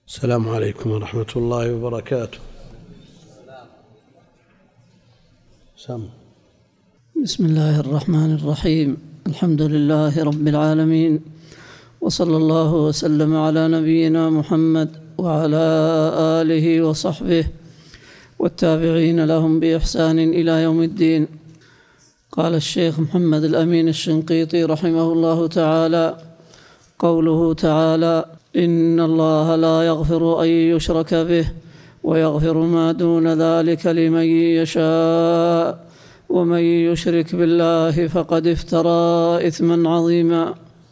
السلام عليكم ورحمة الله وبركاته. بسم الله الرحمن الرحيم. الحمد لله رب العالمين، وصلى الله وسلم على نبينا محمد وعلى آله وصحبه والتابعين لهم بإحسان إلى يوم الدين. قال الشيخ محمد الأمين الشنقيطي رحمه الله تعالى: قوله تعالى: إن الله لا يغفر أن يشرك به ويغفر ما دون ذلك لمن يشاء ومن يشرك بالله فقد افترى إثما عظيما.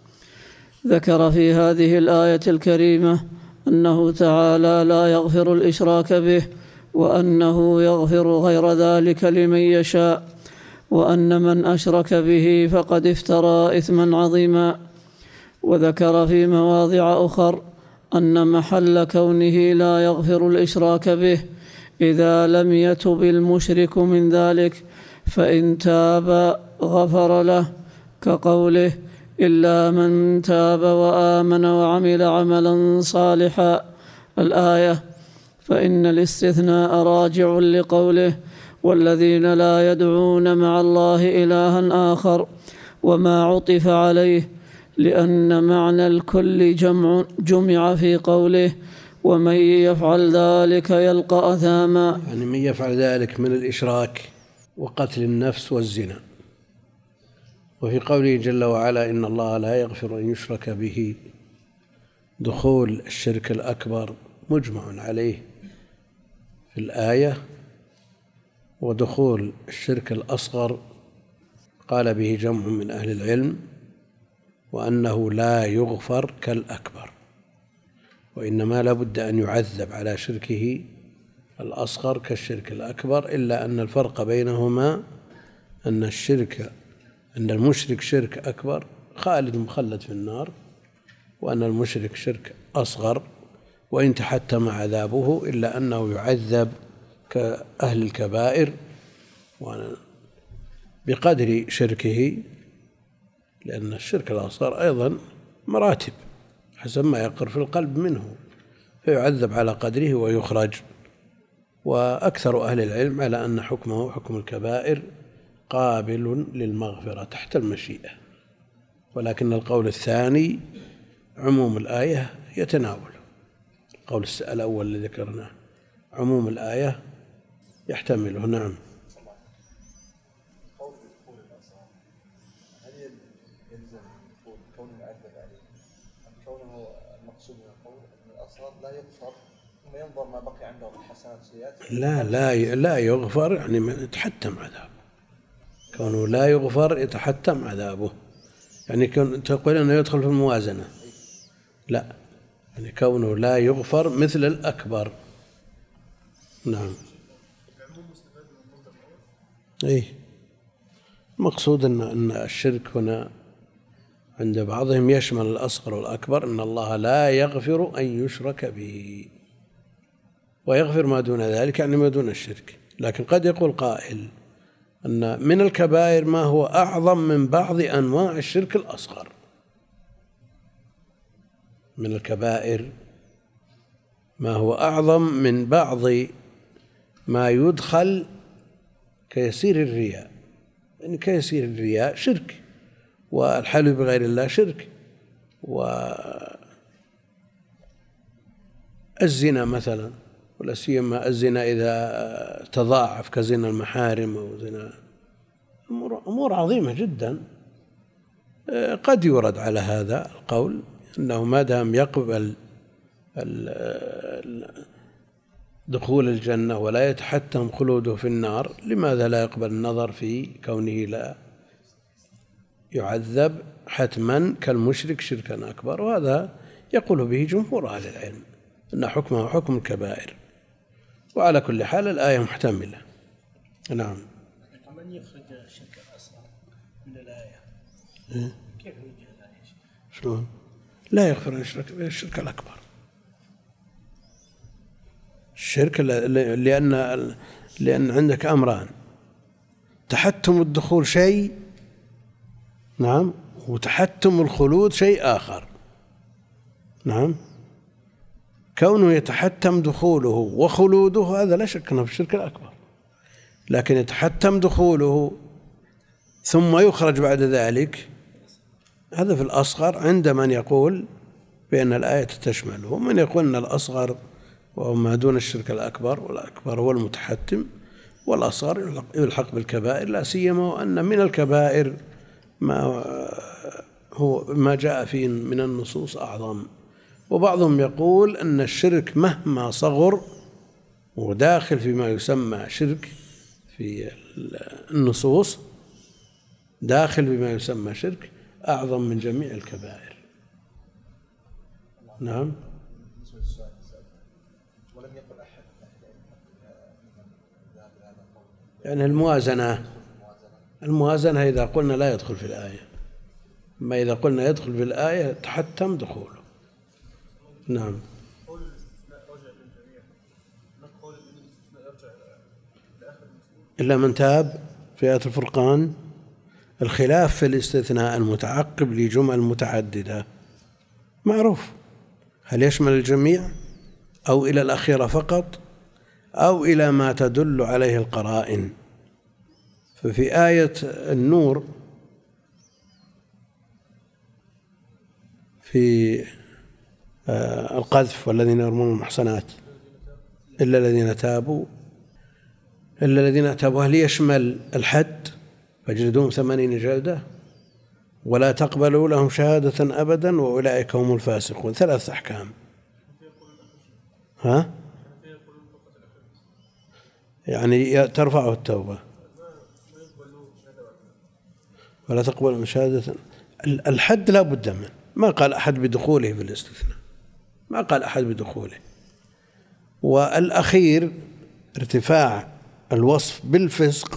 ذكر في هذه الآية الكريمة أنه تعالى لا يغفر الإشراك به، وأنه يغفر غير ذلك لمن يشاء، وأن من أشرك به فقد افترى إثما عظيما. وذكر في مواضع أخر أن محل كونه لا يغفر الإشراك به إذا لم يتب المشرك من ذلك، فإن تاب غفر له، كقوله: إلا من تاب وآمن وعمل عملا صالحا، الآية. فإن الاستثناء راجع لقوله: والذين لا يدعون مع الله إلها آخر، وما عطف عليه، لأن معنى الكل جمع في قوله: ومن يفعل ذلك يلقى أثاما، يعني من يفعل ذلك من الإشراك وقتل النفس والزنا. وفي قوله جل وعلا: إن الله لا يغفر أن يشرك به، دخول الشرك الأكبر مجمع عليه في الآية، ودخول الشرك الأصغر قال به جمع من أهل العلم، وأنه لا يغفر كالأكبر، وإنما لابد أن يعذب على شركه الأصغر كالشرك الأكبر، إلا أن الفرق بينهما أن المشرك شرك أكبر خالد مخلد في النار، وأن المشرك شرك أصغر وإن تحتم عذابه إلا أنه يعذب كأهل الكبائر بقدر شركه، لأن الشرك الأصغر أيضا مراتب حسب ما يقر في القلب منه، فيعذب على قدره ويخرج. وأكثر أهل العلم على أن حكمه حكم الكبائر قابل للمغفرة تحت المشيئة، ولكن القول الثاني عموم الآية يتناوله. القول الأول الذي ذكرناه عموم الآية يحتمله. نعم. لا يغفر ثم ينظر ما بقي عنده من حسنات سيئات. لا يغفر يعني يتحتم عذابه. كونه لا يغفر يتحتم عذابه، يعني تقول أنه يدخل في الموازنة، لا، يعني كونه لا يغفر مثل الأكبر. نعم. أي المقصود أن الشرك هنا عند بعضهم يشمل الأصغر والأكبر. إن الله لا يغفر أن يشرك به ويغفر ما دون ذلك، يعني ما دون الشرك. لكن قد يقول قائل أن من الكبائر ما هو أعظم من بعض أنواع الشرك الأصغر. من الكبائر ما هو أعظم من بعض ما يدخل كيسير الرياء، يعني كيسير الرياء شرك، والحلف بغير الله شرك، والزنا مثلا، ولا سيما الزنا إذا تضاعف كزنا المحارم أو زنا، أمور عظيمة جدا. قد يورد على هذا القول أنه ما دام يقبل دخول الجنة ولا يتحتم خلوده في النار، لماذا لا يقبل النظر في كونه لا يعذب حتما كالمشرك شركا أكبر؟ وهذا يقول به جمهور أهل العلم أن حكمه حكم الكبائر. وعلى كل حال الآية محتملة. نعم. من يخرج الشرك الأصغر من الآية؟ كيف يوجه الآية؟ شلون؟ لا يغفر الشرك الأكبر. الشرك لأن عندك أمران: تحتم الدخول شيء، نعم، وتحتم الخلود شيء آخر. نعم. كونه يتحتم دخوله وخلوده هذا لا شك أنه في الشرك الأكبر، لكن يتحتم دخوله ثم يخرج بعد ذلك هذا في الأصغر عند من يقول بأن الآية تشمله، ومن يقول أن الأصغر وهو ما دون الشرك الأكبر، والأكبر هو المتحتم، والأصغر يلحق بالكبائر، لا سيما وأن من الكبائر ما جاء فيه من النصوص أعظم. وبعضهم يقول أن الشرك مهما صغر وداخل فيما يسمى شرك في النصوص، داخل بما يسمى شرك أعظم من جميع الكبائر. نعم. ولم يقل أحد يعني الموازنة إذا قلنا لا يدخل في الآية، ما إذا قلنا يدخل في الآية تحتم دخوله. نعم. إلا من تاب في آية الفرقان. الخلاف في الاستثناء المتعقب لجمل متعددة معروف، هل يشمل الجميع أو إلى الأخيرة فقط أو إلى ما تدل عليه القرائن. ففي آية النور في القذف والذين يرمون المحصنات إلا الذين تابوا هل يشمل الحد فاجلدوهم 80 جلدة ولا تقبلوا لهم شهادة أبدا وأولئك هم الفاسقون؟ 3 أحكام. يعني ترفعه التوبة ولا تقبل شهادة. الحد لا بد منه، ما قال أحد بدخوله في الاستثناء، ما قال أحد بدخوله. والأخير ارتفاع الوصف بالفسق،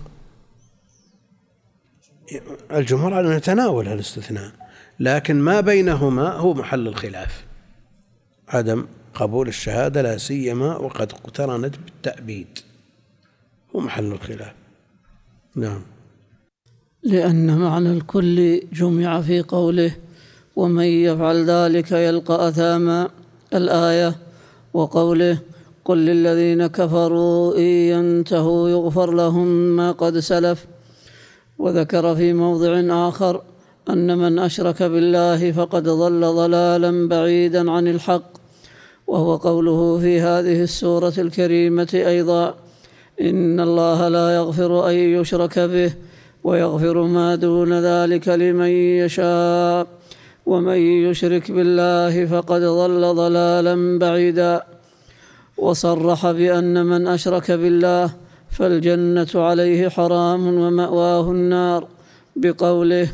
الجمهور على أن يتناول الاستثناء، لكن ما بينهما هو محل الخلاف، عدم قبول الشهادة لا سيما وقد اقترنت بالتأبيد، هو محل الخلاف. نعم. لأن معنى الكل جمع في قوله ومن يفعل ذلك يلقى أثاما الآية، وقوله قل للذين كفروا إن ينتهوا يغفر لهم ما قد سلف. وذكر في موضع آخر أن من أشرك بالله فقد ضل ضلالا بعيدا عن الحق، وهو قوله في هذه السورة الكريمة أيضا إن الله لا يغفر أن يشرك به ويغفر ما دون ذلك لمن يشاء ومن يشرك بالله فقد ضل ضلالا بعيدا. وصرح بأن من أشرك بالله فالجنة عليه حرام ومأواه النار بقوله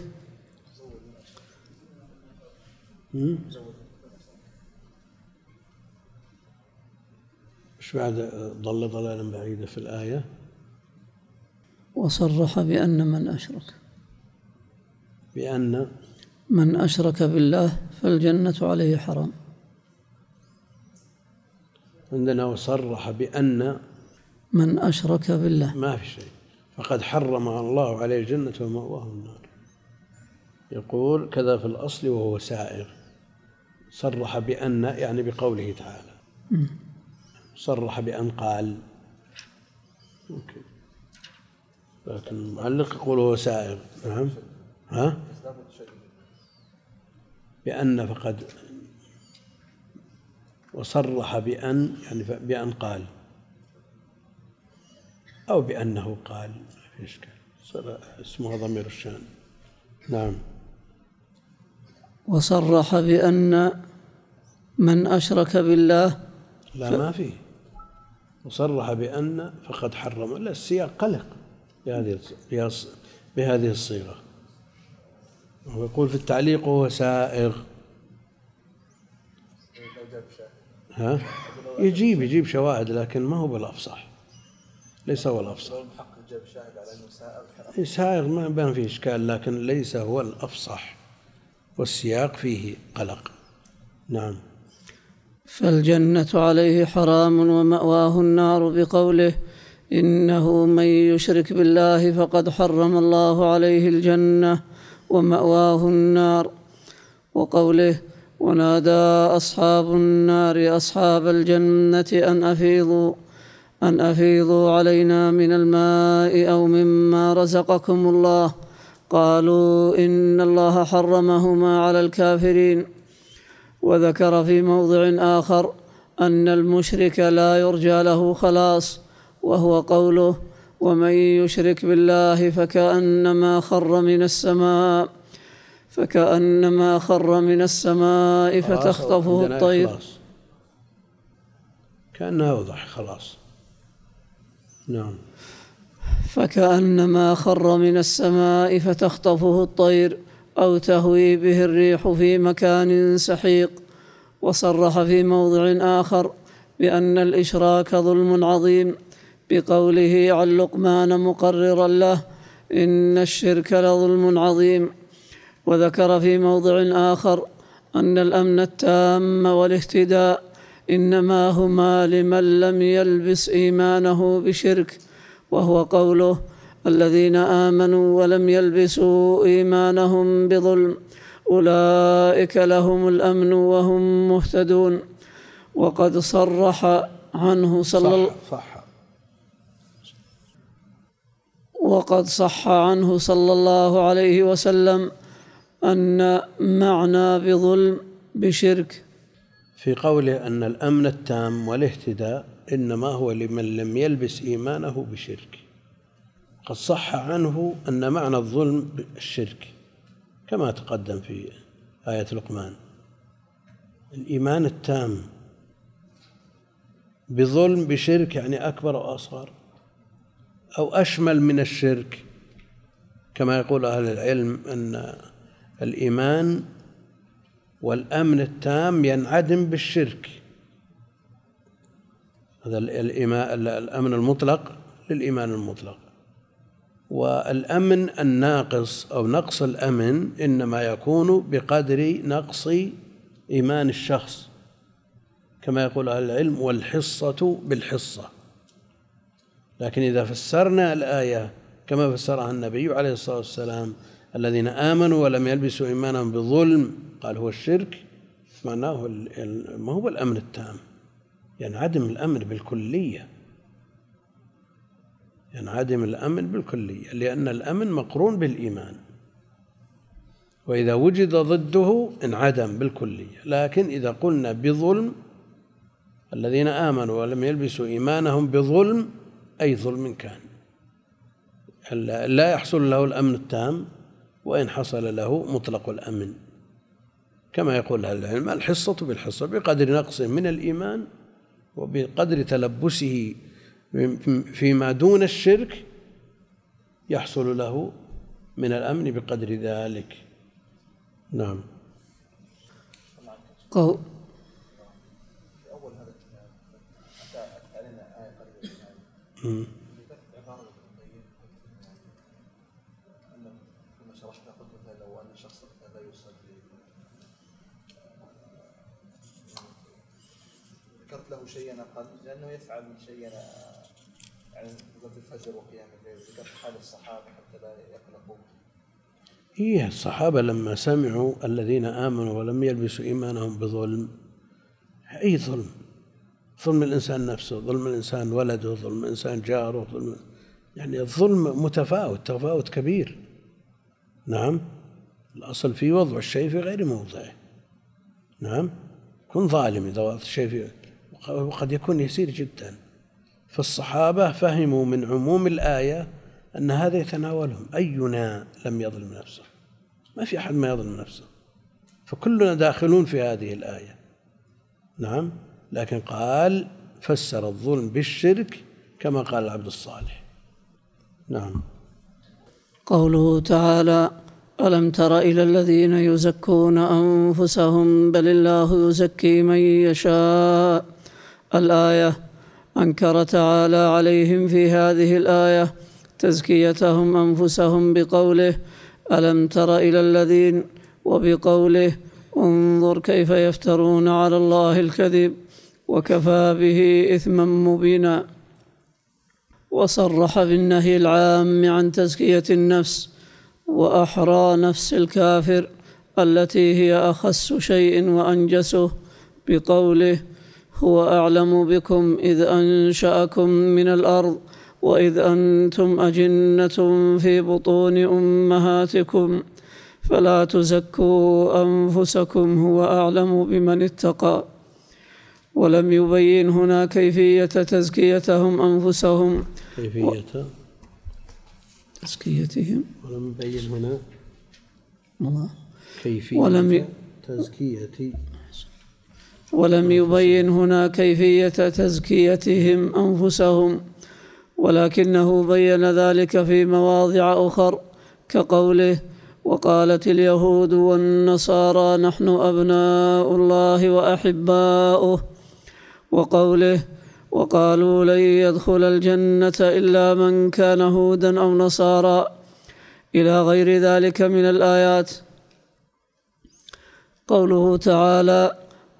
مش بعد ضل ضلالا بعيدا في الآية. وصرح بأن من أشرك بالله فالجنة عليه حرام. عندنا وصرح بأن من أشرك بالله ما في شيء فقد حرم الله عليه الجنة ومأواه النار. يقول كذا في الأصل وهو سائغ. صرح بأن يعني بقوله تعالى، صرح بأن قال ممكن، لكن المعلق يقول هو سائغ. نعم. بأن فقد وصرح بأن يعني بأن قال أو بأنه قال، في إشكال، اسمها ضمير الشان. نعم. وصرح بأن من أشرك بالله لا ما فيه. وصرح بأن فقد حرم، لا السياق قلق بهذه الصيغة. ويقول في التعليق هو سائغ. يجيب شواهد لكن ما هو بالأفصح، ليس هو الأفصح. سائغ ما فيه إشكال لكن ليس هو الأفصح، والسياق فيه قلق. نعم. فالجنة عليه حرام ومأواه النار بقوله إنه من يشرك بالله فقد حرم الله عليه الجنة ومأواه النار، وقوله ونادى أصحاب النار أصحاب الجنة أن أفيضوا علينا من الماء أو مما رزقكم الله، قالوا إن الله حرمهما على الكافرين. وذكر في موضع آخر أن المشرك لا يرجى له خلاص، وهو قوله: ومن يشرك بالله فكأنما خر من السماء فتخطفه الطير. كأنه أوضح خلاص. نعم. فكأنما خر من السماء فتخطفه الطير أو تهوي به الريح في مكان سحيق. وصرح في موضع آخر بأن الإشراك ظلم عظيم بقوله عن لقمان مقررا له: إن الشرك لظلم عظيم. وذكر في موضع آخر أن الأمن التام والاهتداء إنما هما لمن لم يلبس إيمانه بشرك، وهو قوله: الذين آمنوا ولم يلبسوا إيمانهم بظلم أولئك لهم الأمن وهم مهتدون. وقد صرح عنه صلى الله عليه وسلم أن معنى بظلم بشرك في قوله أن الأمن التام والاهتداء إنما هو لمن لم يلبس إيمانه بشرك. قد صح عنه أن معنى الظلم الشرك كما تقدم في آية لقمان. الإيمان التام بظلم بشرك يعني أكبر أو أصغر أو أشمل من الشرك، كما يقول أهل العلم أن الإيمان والأمن التام ينعدم بالشرك. هذا الأمن المطلق للإيمان المطلق، والأمن الناقص أو نقص الأمن إنما يكون بقدر نقص إيمان الشخص، كما يقول أهل العلم: والحصة بالحصة. لكن إذا فسرنا الآية كما فسرها النبي عليه الصلاة والسلام: الذين آمنوا ولم يلبسوا إيمانهم بظلم، قال هو الشرك، معناه ما هو الأمن التام، ينعدم الأمن بالكلية، ينعدم الأمن بالكلية، لأن الأمن مقرون بالإيمان، وإذا وجد ضده انعدم بالكلية. لكن إذا قلنا بظلم، الذين آمنوا ولم يلبسوا إيمانهم بظلم، أي ظلم كان، لا يحصل له الأمن التام وإن حصل له مطلق الأمن، كما يقول أهل العلم: الحصة بالحصة، بقدر نقصه من الإيمان وبقدر تلبسه فيما دون الشرك يحصل له من الأمن بقدر ذلك. نعم. في أول هذا الكتاب أتى علينا آية قريبة عبارة أن كما شرحنا قلت مثلا لو أن شخص لا يصلي ذكرت له شيئا أقل لأنه يفعل شيئا يعني مثل الفجر وقيام الليل، ذكرت حال الصحابة حتى لا يقلقوا. إيه، الصحابة لما سمعوا الذين آمنوا ولم يلبسوا إيمانهم بظلم، أي ظلم، ظلم الإنسان نفسه، ظلم الإنسان ولده، ظلم الإنسان جاره، ظلم، يعني الظلم متفاوت، تفاوت كبير. نعم، الأصل في وضع الشيء في غير موضعه. نعم، كن ظالم إذا وضعت الشيء فيه، وقد يكون يسير جدا. فالصحابة فهموا من عموم الآية أن هذا يتناولهم، أينا لم يظلم نفسه، ما في أحد ما يظلم نفسه، فكلنا داخلون في هذه الآية. نعم، لكن قال فسر الظلم بالشرك كما قال العبد الصالح. نعم. قوله تعالى: ألم تر إلى الذين يزكون أنفسهم بل الله يزكي من يشاء. الآية. أنكر تعالى عليهم في هذه الآية تزكيتهم أنفسهم بقوله: ألم تر إلى الذين، وبقوله: انظر كيف يفترون على الله الكذب وكفى به إثما مبينا. وصرح بالنهي العام عن تزكية النفس وأحرى نفس الكافر التي هي أخس شيء وأنجسه بقوله: هو أعلم بكم إذ أنشأكم من الأرض وإذ أنتم أجنة في بطون أمهاتكم فلا تزكوا أنفسكم هو أعلم بمن اتقى. ولم يبين هنا كيفية تزكيتهم أنفسهم تزكيتهم ولم يبين هنا ولم يبين هنا كيفية تزكيتهم أنفسهم، ولكنه بين ذلك في مواضع أخر كقوله: وقالت اليهود والنصارى نحن أبناء الله وأحباؤه، وقوله: وقالوا لن يدخل الجنة إلا من كان هودا أو نصارى، إلى غير ذلك من الآيات. قوله تعالى: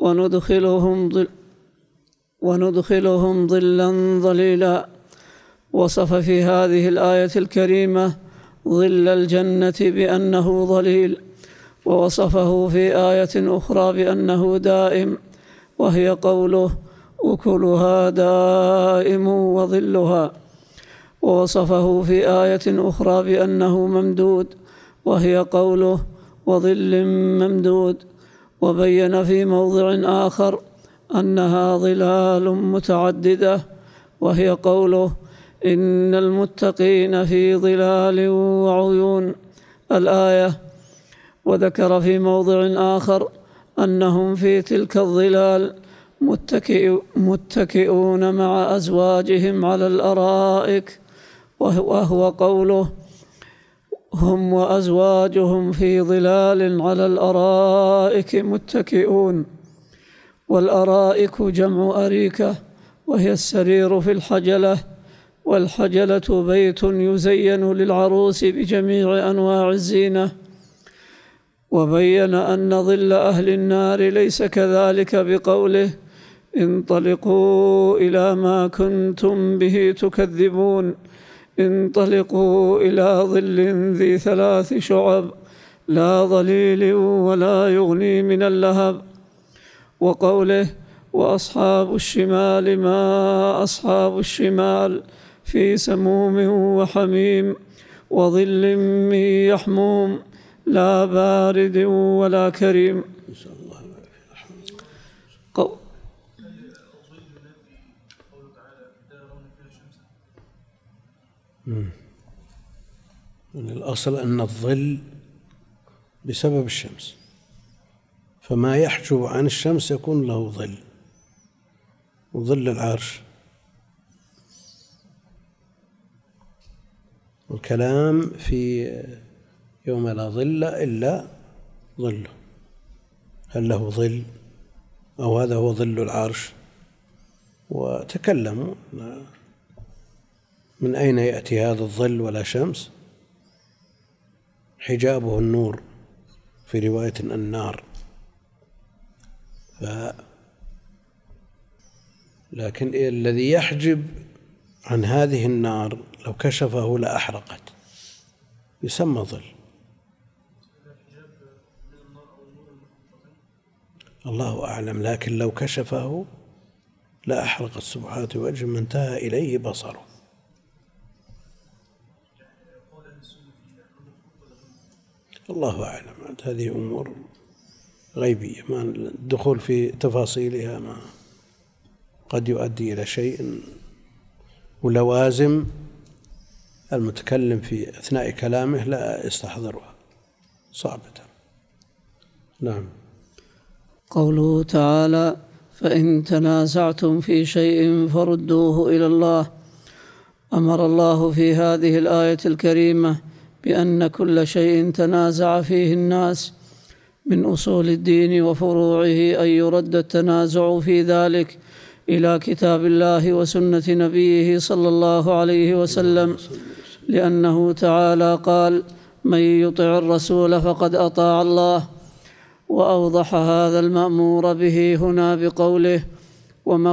وندخلهم ظلا ظليلا، وصف في هذه الآية الكريمة ظل الجنة بأنه ظليل، ووصفه في آية أخرى بأنه دائم، وهي قوله: أكلها دائم وظلها، ووصفه في آية أخرى بأنه ممدود، وهي قوله: وظل ممدود، وبين في موضع آخر أنها ظلال متعددة، وهي قوله: إن المتقين في ظلال وعيون، الآية. وذكر في موضع آخر أنهم في تلك الظلال متكئون مع أزواجهم على الأرائك، وهو قوله: هم وأزواجهم في ظلال على الأرائك متكئون. والأرائك جمع أريكة، وهي السرير في الحجلة، والحجلة بيت يزين للعروس بجميع أنواع الزينة. وبين أن ظل أهل النار ليس كذلك بقوله: انطلقوا إلى ما كنتم به تكذبون، انطلقوا إلى ظل ذي 3 شعب لا ظليل ولا يغني من اللهب. وقوله: وأصحاب الشمال ما أصحاب الشمال في سموم وحميم وظل من يحموم لا بارد ولا كريم. الأصل أن الظل بسبب الشمس، فما يحجب عن الشمس يكون له ظل، وظل العرش. والكلام في يوم لا ظل إلا ظله، هل له ظل أو هذا هو ظل العرش؟ وتكلموا من أين يأتي هذا الظل ولا شمس؟ حجابه النور، في رواية النار. لكن الذي يحجب عن هذه النار لو كشفه لأحرقت، يسمى ظل. الله أعلم، لكن لو كشفه لأحرقت سبحات وجه من انتهى إليه بصره. الله أعلم، هذه أمور غيبية، ما الدخول في تفاصيلها ما قد يؤدي إلى شيء، ولوازم المتكلم في أثناء كلامه لا يستحضرها، صعبة. نعم. قوله تعالى: فإن تنازعتم في شيء فردوه إلى الله. أمر الله في هذه الآية الكريمة بأن كل شيء تنازع فيه الناس من أصول الدين وفروعه أن يرد التنازع في ذلك إلى كتاب الله وسنة نبيه صلى الله عليه وسلم، لأنه تعالى قال: من يطع الرسول فقد أطاع الله. وأوضح هذا المأمور به هنا بقوله: وما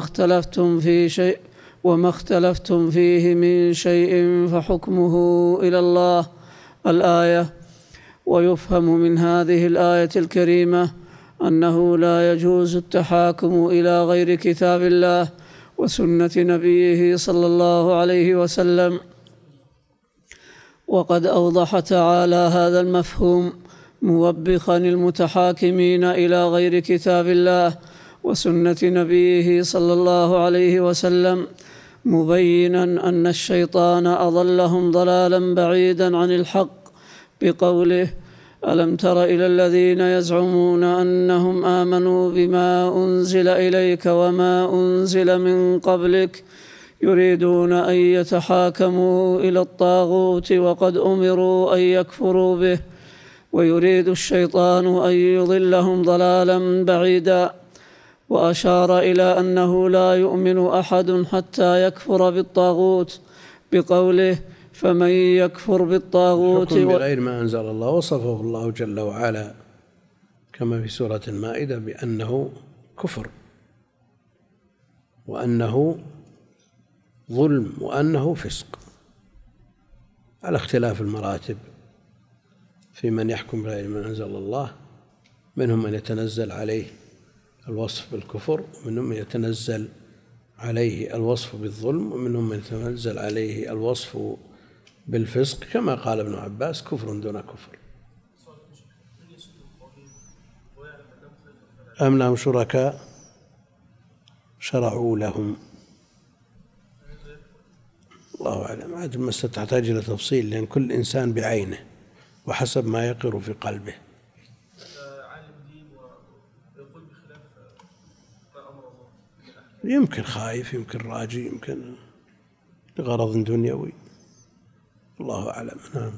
اختلفتم فيه من شيء فحكمه إلى الله، الآية. ويفهم من هذه الآية الكريمة أنه لا يجوز التحاكم إلى غير كتاب الله وسنة نبيه صلى الله عليه وسلم. وقد أوضح تعالى هذا المفهوم موبخا المتحاكمين إلى غير كتاب الله وسنة نبيه صلى الله عليه وسلم، مبينا أن الشيطان أضلهم ضلالا بعيدا عن الحق بقوله: ألم تر إلى الذين يزعمون أنهم آمنوا بما أنزل إليك وما أنزل من قبلك يريدون أن يتحاكموا إلى الطاغوت وقد أمروا أن يكفروا به ويريد الشيطان أن يضلهم ضلالا بعيدا. وأشار إلى أنه لا يؤمن أحد حتى يكفر بالطاغوت بقوله: فمن يكفر بالطاغوت الحكم بغير ما أنزل الله وصفه الله جل وعلا كما في سورة المائدة بأنه كفر وأنه ظلم وأنه فسق، على اختلاف المراتب في من يحكم بغير ما أنزل الله. منهم من يتنزل عليه الوصف بالكفر، ومنهم من يتنزل عليه الوصف بالظلم، ومنهم من يتنزل عليه الوصف بالفسق، كما قال ابن عباس: كفر دون كفر. أم لهم شركاء شرعوا لهم، الله أعلم. عاد المسألة تحتاج إلى تفصيل، لأن كل إنسان بعينه وحسب ما يقر في قلبه. يمكن خايف، يمكن راجي، يمكن لغرض دنيوي، الله أعلم. نعم.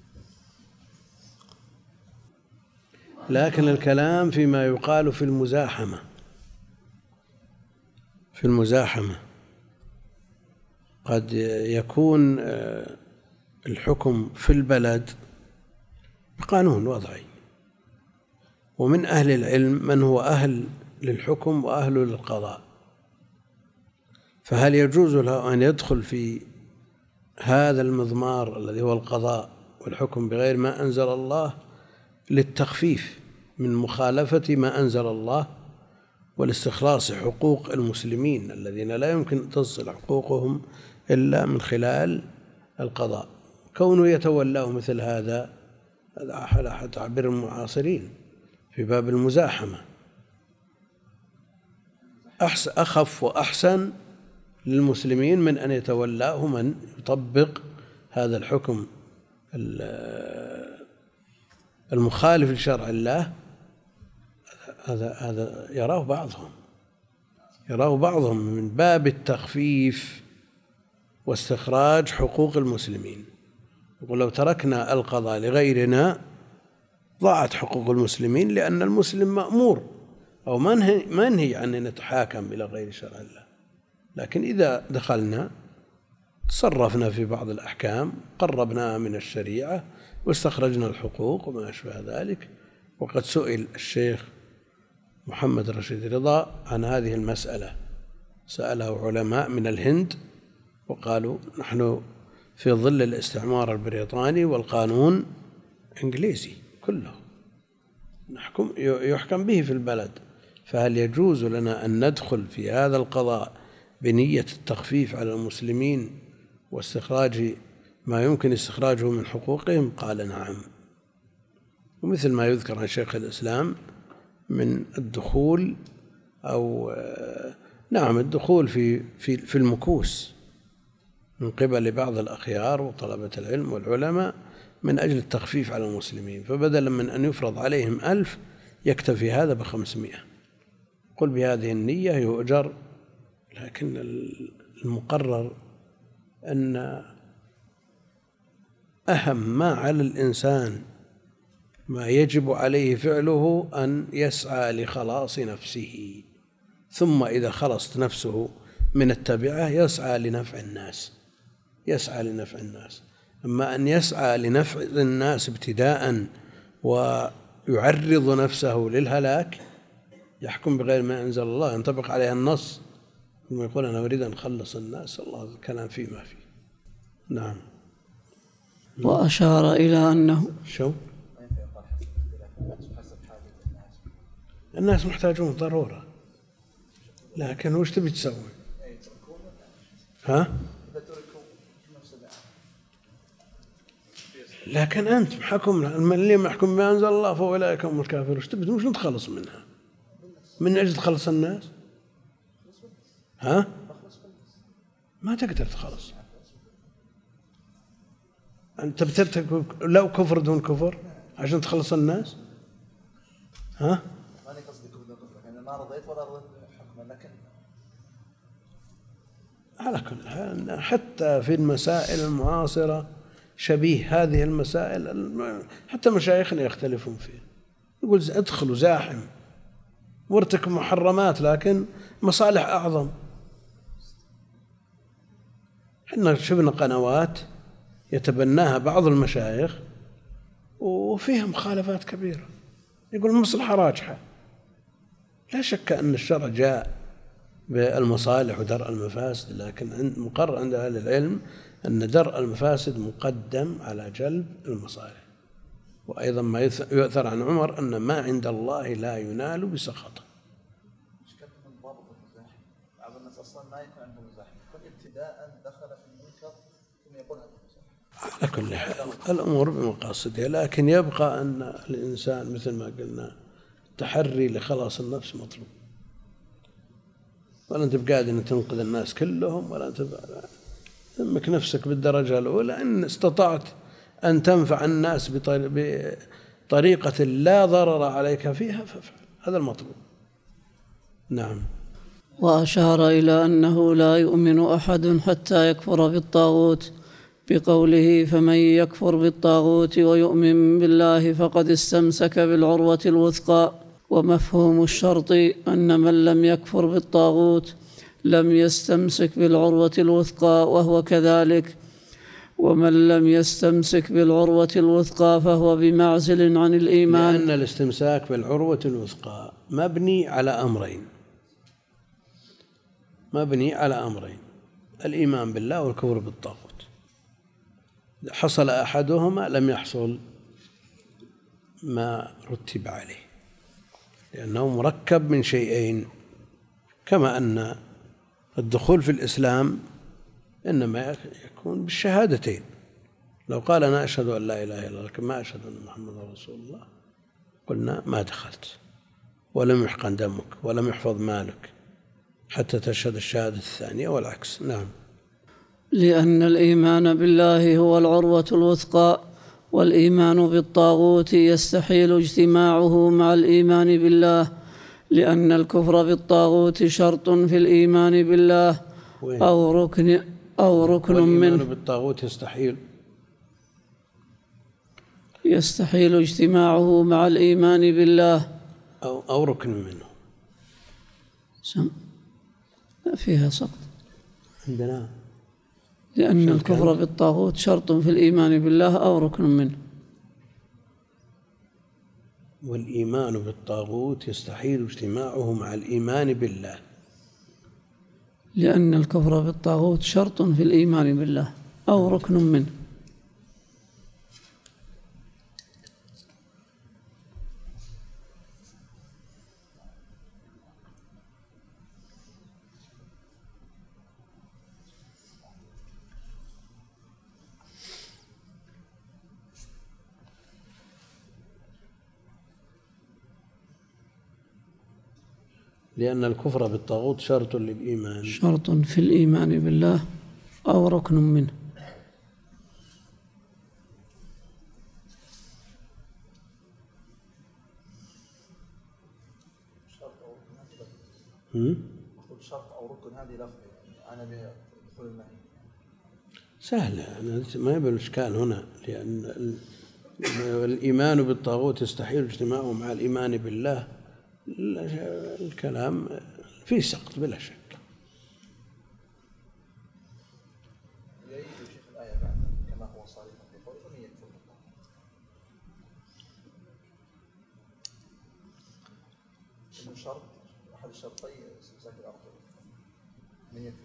لكن الكلام فيما يقال في المزاحمة، في المزاحمة قد يكون الحكم في البلد بقانون وضعي، ومن أهل العلم من هو أهل للحكم وأهل للقضاء، فهل يجوز له أن يدخل في هذا المضمار الذي هو القضاء والحكم بغير ما أنزل الله للتخفيف من مخالفة ما أنزل الله والاستخلاص حقوق المسلمين الذين لا يمكن تصل حقوقهم إلا من خلال القضاء؟ كونه يتولاه مثل هذا على أحد تعبير المعاصرين في باب المزاحمة أخف وأحسن للمسلمين من أن يتولاه من يطبق هذا الحكم المخالف لشرع الله. هذا يراه بعضهم من باب التخفيف واستخراج حقوق المسلمين. يقول: لو تركنا القضاء لغيرنا ضاعت حقوق المسلمين، لأن المسلم مأمور أو منهي عن أن نتحاكم إلى غير شرع الله. لكن إذا دخلنا تصرفنا في بعض الأحكام، قربناها من الشريعة واستخرجنا الحقوق وما أشبه ذلك. وقد سئل الشيخ محمد رشيد رضا عن هذه المسألة، سأله علماء من الهند وقالوا: نحن في ظل الاستعمار البريطاني والقانون إنجليزي كله يحكم به في البلد، فهل يجوز لنا أن ندخل في هذا القضاء بنية التخفيف على المسلمين واستخراج ما يمكن استخراجه من حقوقهم؟ قال: نعم. ومثل ما يذكر عن شيخ الإسلام من الدخول الدخول في المكوس من قبل بعض الأخيار وطلبة العلم والعلماء من أجل التخفيف على المسلمين، فبدلا من أن يفرض عليهم 1000 يكتفي هذا ب500. قل بهذه النية يؤجر، لكن المقرر أن أهم ما على الإنسان ما يجب عليه فعله أن يسعى لخلاص نفسه، ثم إذا خلصت نفسه من التبعة يسعى لنفع الناس. أما أن يسعى لنفع الناس ابتداء ويعرض نفسه للهلاك، يحكم بغير ما أنزل الله، ينطبق عليها النص، ثم يقول: أنا أريد أن أخلص الناس، الله الكلام فيه ما فيه. نعم. وأشار إلى أنه حسب حاجة الناس محتاجون ضرورة، لكن وش تبي تسوي؟ ها؟ لكن أنت محكم، اللي محكم بما أنزل الله فأولئك هم الكافرون. وش تبي؟ وش نتخلص منها؟ من أجل تخلص الناس؟ ها؟ ما تقدر تخلص. أنت بترتكب لو كفر دون كفر عشان تخلص الناس؟ ها؟ ماني قصدي كفر دون كفر، يعني ما رضيت ولا رضيت حكما، لكن على كل حال حتى في المسائل المعاصرة شبيه هذه المسائل، حتى مشايخنا يختلفون فيه. يقول ادخلوا زاحم وارتكب محرمات، لكن مصالح أعظم. احنا شفنا قنوات يتبناها بعض المشايخ وفيها مخالفات كبيرة، يقول المصلحة راجحة. لا شك أن الشرع جاء بالمصالح ودرء المفاسد، لكن مقرر عند أهل العلم أن درء المفاسد مقدم على جلب المصالح. وأيضا ما يؤثر عن عمر أن ما عند الله لا ينال بسخطه. مش كان من ضابط المزاحم، بعض الناس أصلا ما يكون عندهم مزاحم، يكون ابتداء دخل في المنكر ثم يقول هذا مزاحم. على كل حال الأمور بمقاصدها، لكن يبقى أن الإنسان مثل ما قلنا تحري لخلاص النفس مطلوب. ولا أنت بقاعد أن تنقذ الناس كلهم، ولا أنت تمك نفسك بالدرجة الأولى. إن استطعت أن تنفع الناس بطريقة لا ضرر عليك فيها فافعل، هذا المطلوب. نعم. وأشار إلى أنه لا يؤمن أحد حتى يكفر بالطاغوت بقوله فمن يكفر بالطاغوت ويؤمن بالله فقد استمسك بالعروة الوثقى. ومفهوم الشرط أن من لم يكفر بالطاغوت لم يستمسك بالعروة الوثقى، وهو كذلك. ومن لم يستمسك بالعروة الوثقى فهو بمعزل عن الإيمان. لأن الاستمساك بالعروة الوثقى مبني على أمرين: الإيمان بالله والكفر بالطاغوت. حصل أحدهما لم يحصل ما رتب عليه، لأنه مركب من شيئين. كما أن الدخول في الإسلام إنما يكون بالشهادتين. لو قال أنا أشهد أن لا إله إلا الله لكن ما أشهد أن محمد رسول الله، قلنا ما دخلت، ولم يحقن دمك ولم يحفظ مالك حتى تشهد الشهادة الثانية، والعكس. نعم. لأن الإيمان بالله هو العروة الوثقى، والإيمان بالطاغوت يستحيل اجتماعه مع الإيمان بالله، لأن الكفر بالطاغوت شرط في الإيمان بالله أو ركن منه. والإيمان بالطاغوت يستحيل اجتماعه مع الإيمان بالله أو ركن منه. فيها سقط عندنا، لأن الكفر بالطاغوت شرط في الإيمان بالله أو ركن منه. والإيمان بالطاغوت يستحيل اجتماعه مع الإيمان بالله، لأن الكفر بالطاغوت شرط في الإيمان بالله أو ركن منه. لأن الكفر بالطاغوت شرط للإيمان، شرط في الإيمان بالله أو ركن منه. شرط أو ركن هذه لفظ أنا بها دخول النهي سهلة، يعني ما يبقى إشكال هنا. لأن الإيمان بالطاغوت يستحيل اجتماعه مع الإيمان بالله، الكلام فيه سقط بلا شك. يريد شيخ الآية بعد كما هو صريح في قوله فمن يكفر بالله. إنه شرط أحد الشرطين استمساك الأرض من يكفر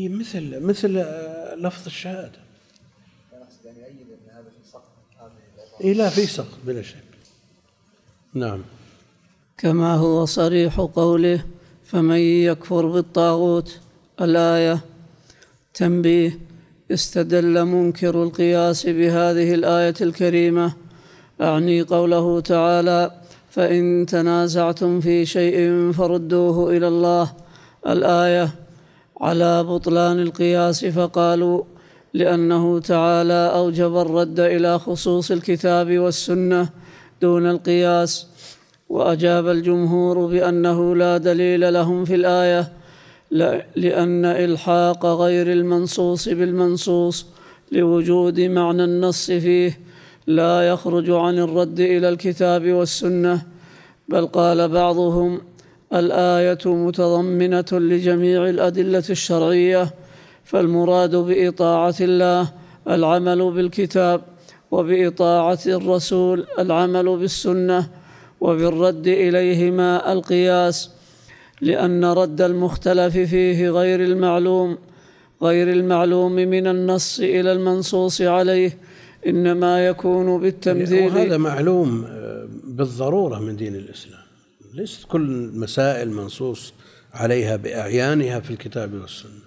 بالله. مثل لفظ الشهادة. أنا أقصد يعني أيد أن هذا في سقط هذه الآية إيه لا في سقط بلا شك. نعم. كما هو صريح قوله فمن يكفر بالطاغوت الآية. تنبيه: استدل منكر القياس بهذه الآية الكريمة، أعني قوله تعالى فإن تنازعتم في شيء فردوه إلى الله الآية، على بطلان القياس، فقالوا لأنه تعالى أوجب الرد إلى خصوص الكتاب والسنة دون القياس. وأجاب الجمهور بأنه لا دليل لهم في الآية، لأن إلحاق غير المنصوص بالمنصوص لوجود معنى النص فيه لا يخرج عن الرد إلى الكتاب والسنة، بل قال بعضهم الآية متضمنة لجميع الأدلة الشرعية، فالمراد بإطاعة الله العمل بالكتاب، وبإطاعة الرسول العمل بالسنة، وبالرد إليهما القياس، لأن رد المختلف فيه غير المعلوم من النص إلى المنصوص عليه إنما يكون بالتمثيل. وهذا معلوم بالضرورة من دين الإسلام، ليست كل المسائل منصوص عليها بأعيانها في الكتاب والسنة،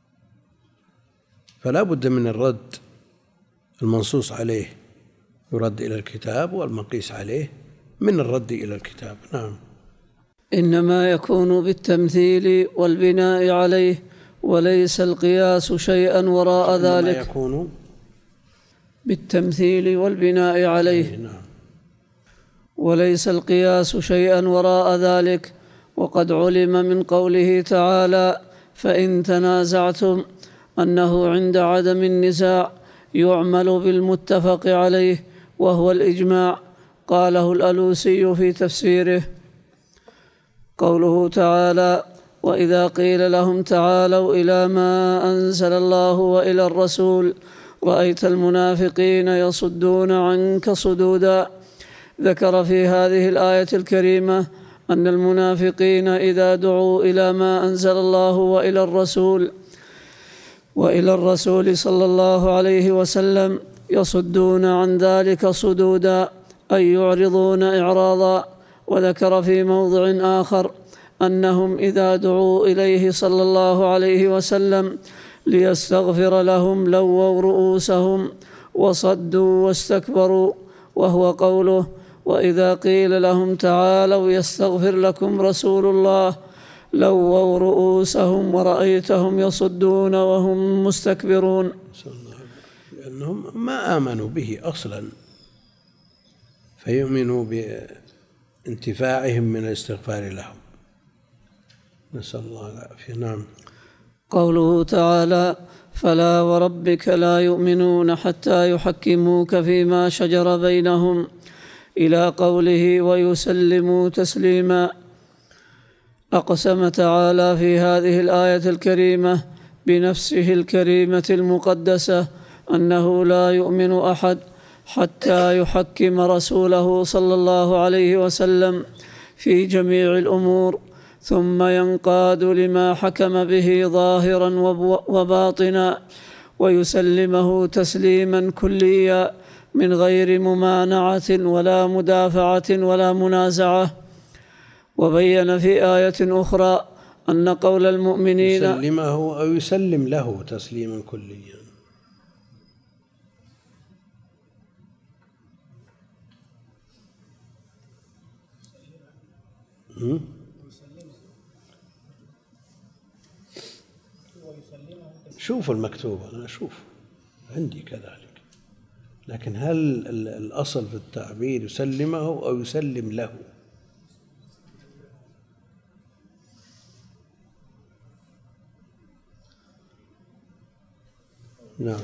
فلا بد من الرد المنصوص عليه يرد إلى الكتاب، والمقيس عليه من الرد إلى الكتاب. نعم. إنما يكون بالتمثيل والبناء عليه، وليس القياس شيئا وراء ذلك. يكون بالتمثيل والبناء عليه. نعم. وليس القياس شيئا وراء ذلك. وقد علم من قوله تعالى فإن تنازعتم أنه عند عدم النزاع يعمل بالمتفق عليه وهو الإجماع، قاله الألوسي في تفسيره. قوله تعالى وإذا قيل لهم تعالوا إلى ما أنزل الله وإلى الرسول رأيت المنافقين يصدون عنك صدودا، ذكر في هذه الآية الكريمة أن المنافقين إذا دعوا إلى ما أنزل الله وإلى الرسول صلى الله عليه وسلم يصدون عن ذلك صدودا، أي يعرضون إعراضا. وذكر في موضع آخر أنهم إذا دعوا إليه صلى الله عليه وسلم ليستغفر لهم لووا رؤوسهم وصدوا واستكبروا، وهو قوله وإذا قيل لهم تعالوا يستغفر لكم رسول الله لووا رؤوسهم ورأيتهم يصدون وهم مستكبرون، لأنهم ما آمنوا به أصلا، فيؤمنوا بانتفاعهم من الاستغفار لهم. نسأل الله العافية. نعم. قوله تعالى فلا وربك لا يؤمنون حتى يحكموك فيما شجر بينهم إلى قوله ويسلموا تسليما. أقسم تعالى في هذه الآية الكريمة بنفسه الكريمة المقدسة أنه لا يؤمن أحد حتى يحكم رسوله صلى الله عليه وسلم في جميع الأمور، ثم ينقاد لما حكم به ظاهرا وباطنا، ويسلمه تسليما كليا من غير ممانعة ولا مدافعة ولا منازعة. وبين في آية أخرى أن قول المؤمنين يسلمه أو يسلم له تسليما كليا. شوف المكتوب، أنا أشوف عندي كذلك، لكن هل الأصل في التعبير يسلمه أو يسلم له؟ نعم.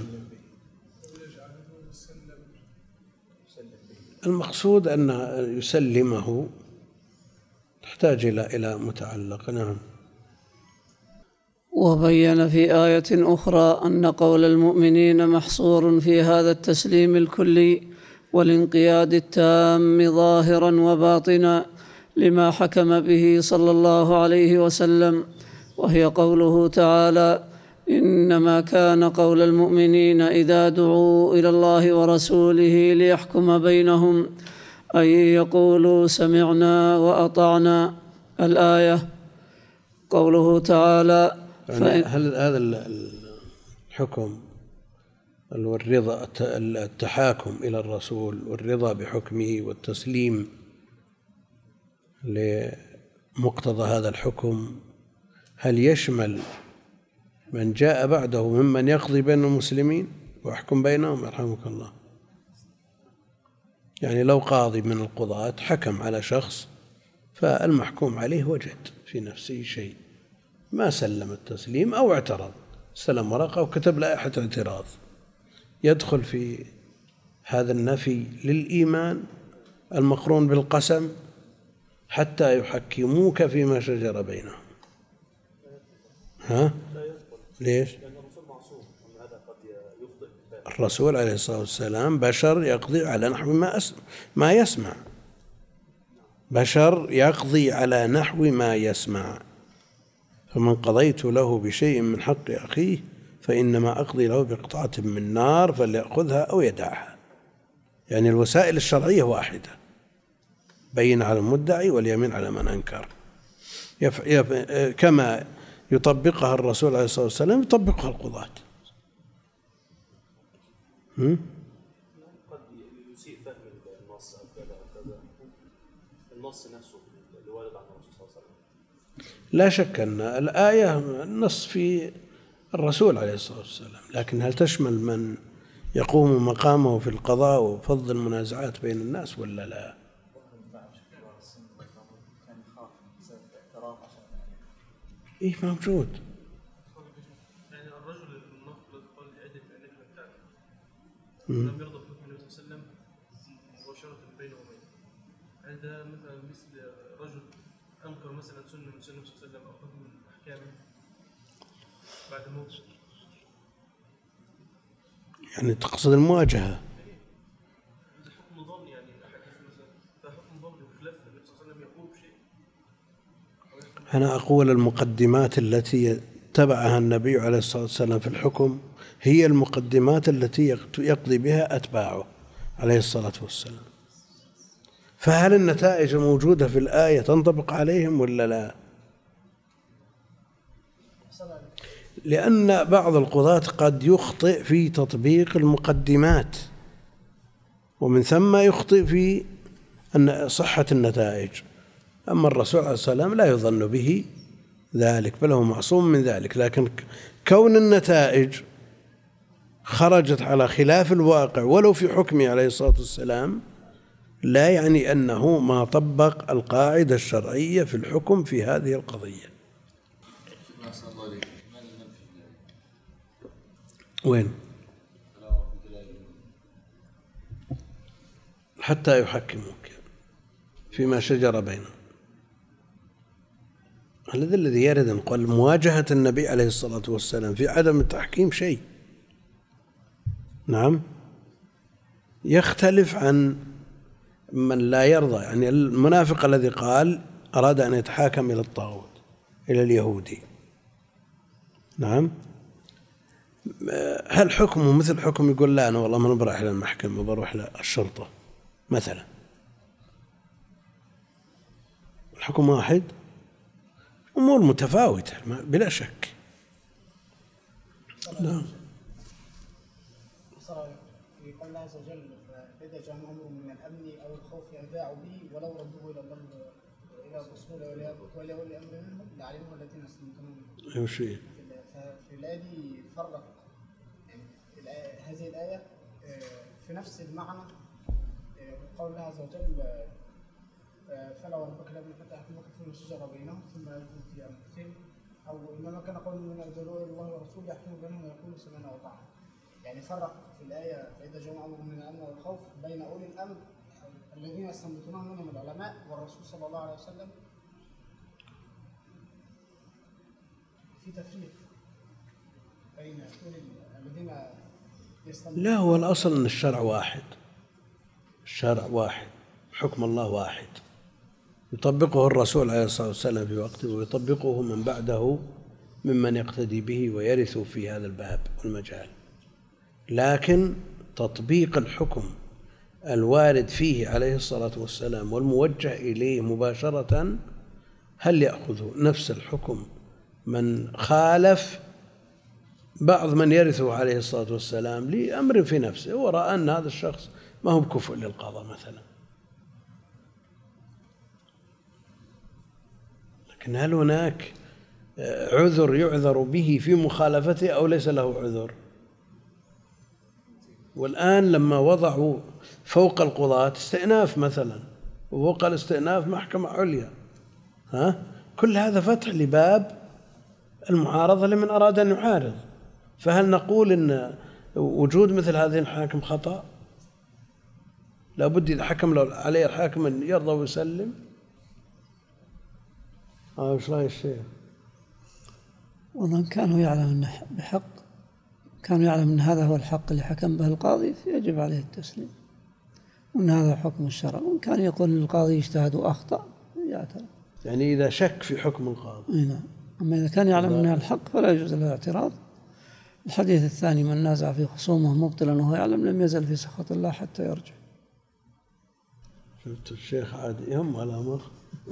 المقصود أن يسلمه تحتاج إلى متعلق. نعم. وبين في آية أخرى أن قول المؤمنين محصور في هذا التسليم الكلي والانقياد التام ظاهرا وباطنا لما حكم به صلى الله عليه وسلم، وهي قوله تعالى إنما كان قول المؤمنين إذا دعوا إلى الله ورسوله ليحكم بينهم أن يقولوا سمعنا وأطعنا. الآية. قوله تعالى هل هذا الحكم والرضا، التحاكم إلى الرسول والرضا بحكمه والتسليم لمقتضى هذا الحكم، هل يشمل من جاء بعده ممن يقضي بين المسلمين ويحكم بينهم؟ يرحمك الله. يعني لو قاضي من القضاة حكم على شخص فالمحكوم عليه وجد في نفسه شيء، ما سلم التسليم أو اعترض، استلم ورقة وكتب لائحة اعتراض، يدخل في هذا النفي للإيمان المقرون بالقسم حتى يحكموك فيما شجر بينهم. ها؟ ليش؟ الرسول عليه الصلاة والسلام بشر يقضي على نحو ما يسمع، بشر يقضي على نحو ما يسمع. فمن قضيت له بشيء من حق أخيه فإنما أقضي له بقطعة من نار فليأخذها أو يدعها. يعني الوسائل الشرعية واحدة، بين على المدعي واليمين على من أنكر، كما يطبقها الرسول عليه الصلاة والسلام يطبقها القضاة. قد يسيء فهم النص أو كذا أو كذا، النص نفسه اللي وارد عن الرسول صلى الله عليه وسلم. لا شك أن الآية النص في الرسول عليه الصلاة والسلام، لكن هل تشمل من يقوم مقامه في القضاء وفض المنازعات بين الناس ولا لا؟ إيه موجود. يعني الرجل المفروض قال لعدة أئمة بتاعته لم يرضى بحكم النبي صلى الله عليه وسلم مباشرة بينه وبينه. هذا مثلا مثل رجل أنكر مثلا سنة من سنة النبي صلى الله عليه وسلم أو حكم من أحكامه بعد موته. يعني تقصد المواجهة؟ هذا حكم ظني، يعني أحاديث مثلا فحكم ظني بخلاف النبي صلى الله عليه وسلم يقول بشيء. أنا أقول المقدمات التي اتبعها النبي عليه الصلاة والسلام في الحكم هي المقدمات التي يقضي بها أتباعه عليه الصلاة والسلام. فهل النتائج الموجودة في الآية تنطبق عليهم ولا لا؟ لأن بعض القضاة قد يخطئ في تطبيق المقدمات، ومن ثم يخطئ في صحة النتائج. أما الرسول عليه الصلاة والسلام لا يظن به ذلك، بل هو معصوم من ذلك. لكن كون النتائج خرجت على خلاف الواقع ولو في حكمه عليه الصلاة والسلام لا يعني أنه ما طبق القاعدة الشرعية في الحكم في هذه القضية. وين؟ حتى يحكموك فيما شجر بينهم. هذا الذي يرد أن قال مواجهة النبي عليه الصلاة والسلام في عدم التحكيم شيء، نعم، يختلف عن من لا يرضى. يعني المنافق الذي قال أراد أن يتحاكم إلى الطاغوت، إلى اليهودي، نعم، هل حكمه مثل حكم يقول لا أنا والله ما بروح إلى المحكمة بروح إلى الشرطة مثلا؟ الحكم واحد، أمور متفاوتة بلا شك. نعم. يقول الله عز وجل فإذا جاءهم أمر من الأمن أو الخوف يذاعوا به ولو ردوه إلى الله إلى الرسول ولأولي الأمر منهم لعلمه الذين يستنبطون منه. في الآية دي فرق، يعني هذه الآية في نفس المعنى قول الله عز وجل فلا وربك لا يفتح حكمك فيما شجر بينهم ثم يكون في أنفسهم، أو إنما كان قول من يدعو إلى الله ورسوله يحكم بينهم ويقولوا سمعنا وأطعنا. يعني فرق في الآية فإذا جاء أمر من الأمن والخوف بين أولي الأمر الذين يستنبطونه منهم العلماء والرسول صلى الله عليه وسلم. في تفريق بين أولي الذين يستنبطون. لا، هو الأصل أن الشرع واحد، الشرع واحد، حكم الله واحد، يطبقه الرسول عليه الصلاة والسلام في وقته ويطبقه من بعده ممن يقتدي به ويرث في هذا الباب والمجال، لكن تطبيق الحكم الوارد فيه عليه الصلاة والسلام والموجه إليه مباشرة، هل يأخذ نفس الحكم من خالف بعض من يرثه عليه الصلاة والسلام لأمر في نفسه ورأى أن هذا الشخص ما هو بكفء للقضاء مثلا، لكن هل هناك عذر يعذر به في مخالفته أو ليس له عذر؟ والآن لما وضعوا فوق القضاة استئناف مثلا، وفوق الاستئناف محكمة عليا، كل هذا فتح لباب المعارضة لمن أراد أن يعارض. فهل نقول إن وجود مثل هذه الحاكم خطأ؟ لا بد إذا حكم عليه الحاكم أن يرضى ويسلم. إيش رأي الشيخ؟ والله كانوا يعلم أنه بحق، كانوا يعلم أن هذا هو الحق اللي حكم به القاضي فيجب عليه التسليم، وأن هذا حكم الشرع، وإن كان يقول للقاضي اجتهد وأخطأ يعترض. يعني إذا شك في حكم القاضي. نعم. أما إذا كان يعلم أنها الحق فلا يجوز له الاعتراض. الحديث الثاني: من نازع في خصومه مبطلا وهو يعلم لم يزل في سخط الله حتى يرجع. شفت الشيخ عاد يهم على الأمر.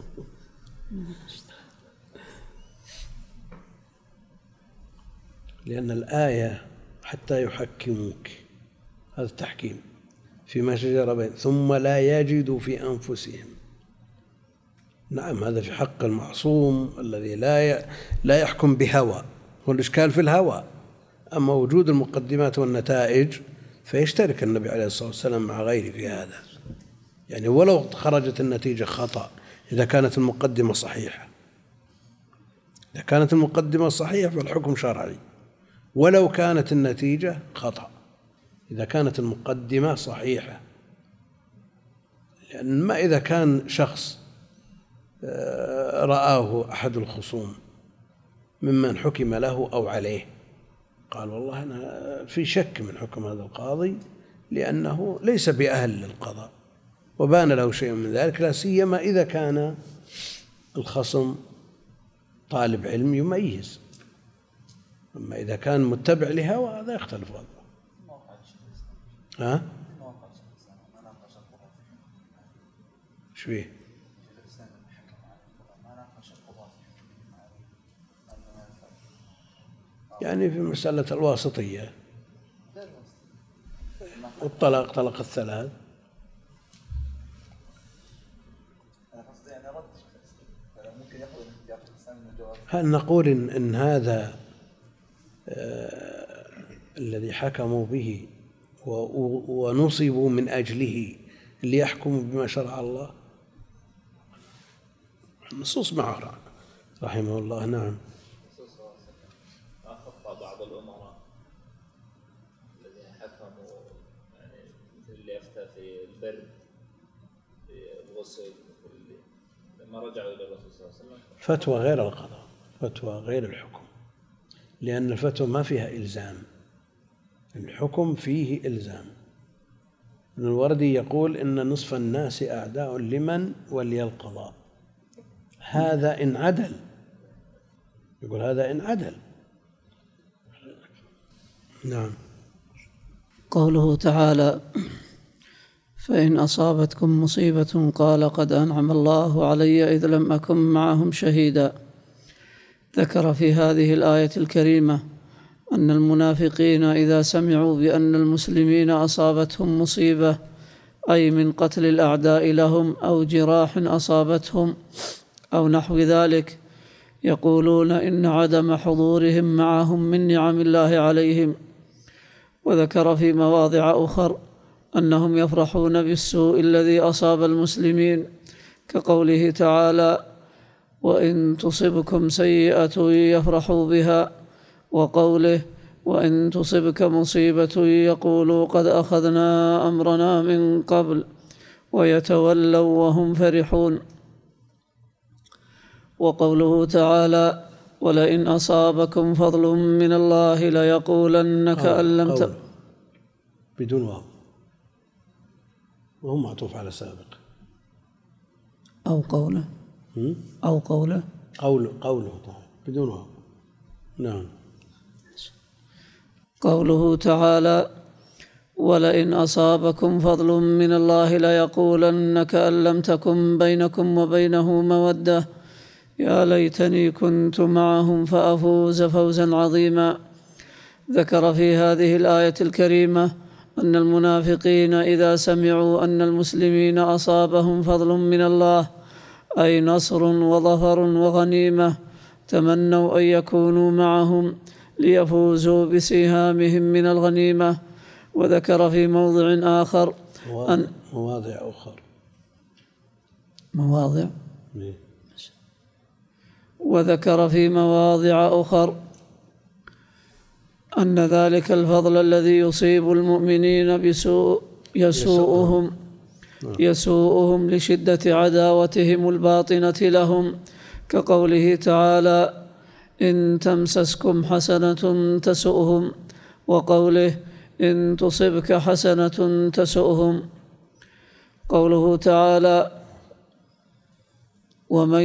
لأن الآية حتى يحكموك، هذا التحكيم فيما شجر بينهم ثم لا يجدوا في أنفسهم. نعم، هذا في حق المعصوم الذي لا يحكم بهوى، والإشكال في الهوى. أما وجود المقدمات والنتائج فيشترك النبي عليه الصلاة والسلام مع غيره في هذا، يعني ولو خرجت النتيجة خطأ إذا كانت المقدمة صحيحة، إذا كانت المقدمة صحيحة فالحكم شرعي، ولو كانت النتيجة خطأ إذا كانت المقدمة صحيحة. لأن ما إذا كان شخص رآه أحد الخصوم ممن حكم له أو عليه قال والله أنا في شك من حكم هذا القاضي لأنه ليس بأهل للقضاء، وبان له شيء من ذلك، لا سيما إذا كان الخصم طالب علم يميز. أما إذا كان متبع لهوى هذا يختلف وضعه. شو فيه؟ يعني في مسألة الواسطية والطلاق، طلق الثلاث. هل نقول إن هذا الذي حكموا به ونصبوا من أجله ليحكموا بما شرع الله؟ النصوص معه رحمه الله. نعم. أخطأ بعض الأمراء الذين حكموا، يعني مثل اللي أفتى في البرد في الغسل، لما رجعوا إلى الرسول صلى الله عليه وسلم فتوى غير القضاء، فتوى غير الحكم، لأن الفتوى ما فيها إلزام، الحكم فيه إلزام. ابن الوردي يقول إن نصف الناس أعداء لمن ولي القضاء، هذا إن عدل، يقول هذا إن عدل. نعم. قوله تعالى: فإن أصابتكم مصيبة قال قد أنعم الله علي إذ لم أكن معهم شهيدا. ذكر في هذه الآية الكريمة أن المنافقين إذا سمعوا بأن المسلمين أصابتهم مصيبة، أي من قتل الأعداء لهم أو جراح أصابتهم أو نحو ذلك، يقولون إن عدم حضورهم معهم من نعم الله عليهم. وذكر في مواضع أخر أنهم يفرحون بالسوء الذي أصاب المسلمين، كقوله تعالى: وإن تصبكم سيئة يفرحوا بها، وقوله: وإن تصبك مصيبة يقولوا قد أخذنا أمرنا من قبل، ويتولوا وهم فرحون. وقوله تعالى: ولئن أصابكم فضل من الله ليقولن كأن لم بدون واو، وهو معطوف على سابق. أو قوله قوله تعالى بدون واو. نعم. قوله تعالى: ولئن أصابكم فضل من الله ليقولن كأن لم تكن بينكم وبينه مودة يا ليتني كنت معهم فأفوز فوزا عظيما. ذكر في هذه الآية الكريمة أن المنافقين إذا سمعوا أن المسلمين أصابهم فضل من الله أي نصر وظفر وغنيمة تمنوا أن يكونوا معهم ليفوزوا بسهامهم من الغنيمة. وذكر في موضع آخر وذكر في مواضع أخر أن ذلك الفضل الذي يصيب المؤمنين يسوءهم لشدة عداوتهم الباطنة لهم، كقوله تعالى: إن تمسسكم حسنة تسؤهم، وقوله: إن تصبك حسنة تسؤهم. قوله تعالى: ومن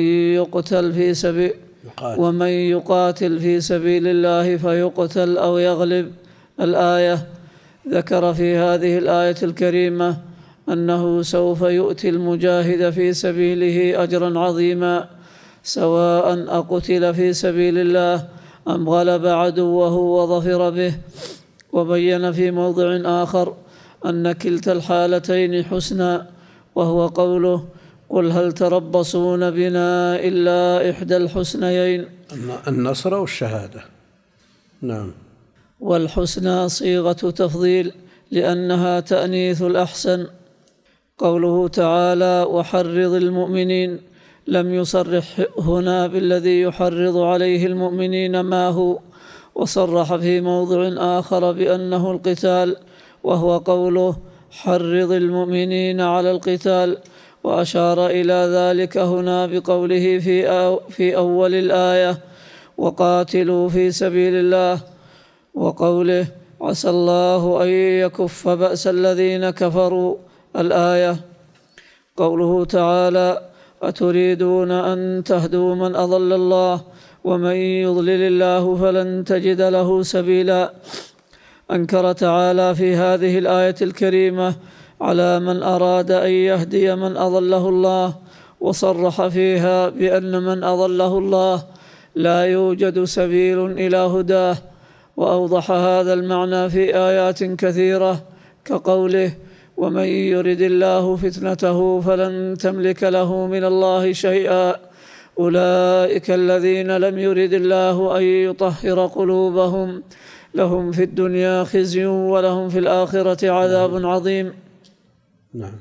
يقاتل في سبيل الله فيقتل أو يغلب، الآية. ذكر في هذه الآية الكريمة أنه سوف يؤتي المجاهد في سبيله أجرا عظيما، سواء أقتل في سبيل الله أم غلب عدوه وظفر به. وبين في موضع آخر أن كلتا الحالتين حسنى، وهو قوله: قل هل تربصون بنا إلا إحدى الحسنيين، النصر والشهادة. نعم. والحسنى صيغة تفضيل لأنها تأنيث الأحسن. قوله تعالى: وحرض المؤمنين، لم يصرح هنا بالذي يحرض عليه المؤمنين ما هو، وصرح في موضع آخر بأنه القتال، وهو قوله: حرض المؤمنين على القتال، وأشار إلى ذلك هنا بقوله في أول الآية: وقاتلوا في سبيل الله، وقوله: عسى الله أن يكف بأس الذين كفروا، الآية. قوله تعالى: أتريدون أن تهدوا من أضل الله ومن يضلل الله فلن تجد له سبيلا. أنكر تعالى في هذه الآية الكريمة على من أراد أن يهدي من أضله الله، وصرح فيها بأن من أضله الله لا يوجد سبيل إلى هداه، وأوضح هذا المعنى في آيات كثيرة، كقوله: ومن يرد الله فتنته فلن تملك له من الله شيئا، أولئك الذين لم يرد الله أن يطهر قلوبهم، لهم في الدنيا خزي ولهم في الآخرة عذاب عظيم. نعم.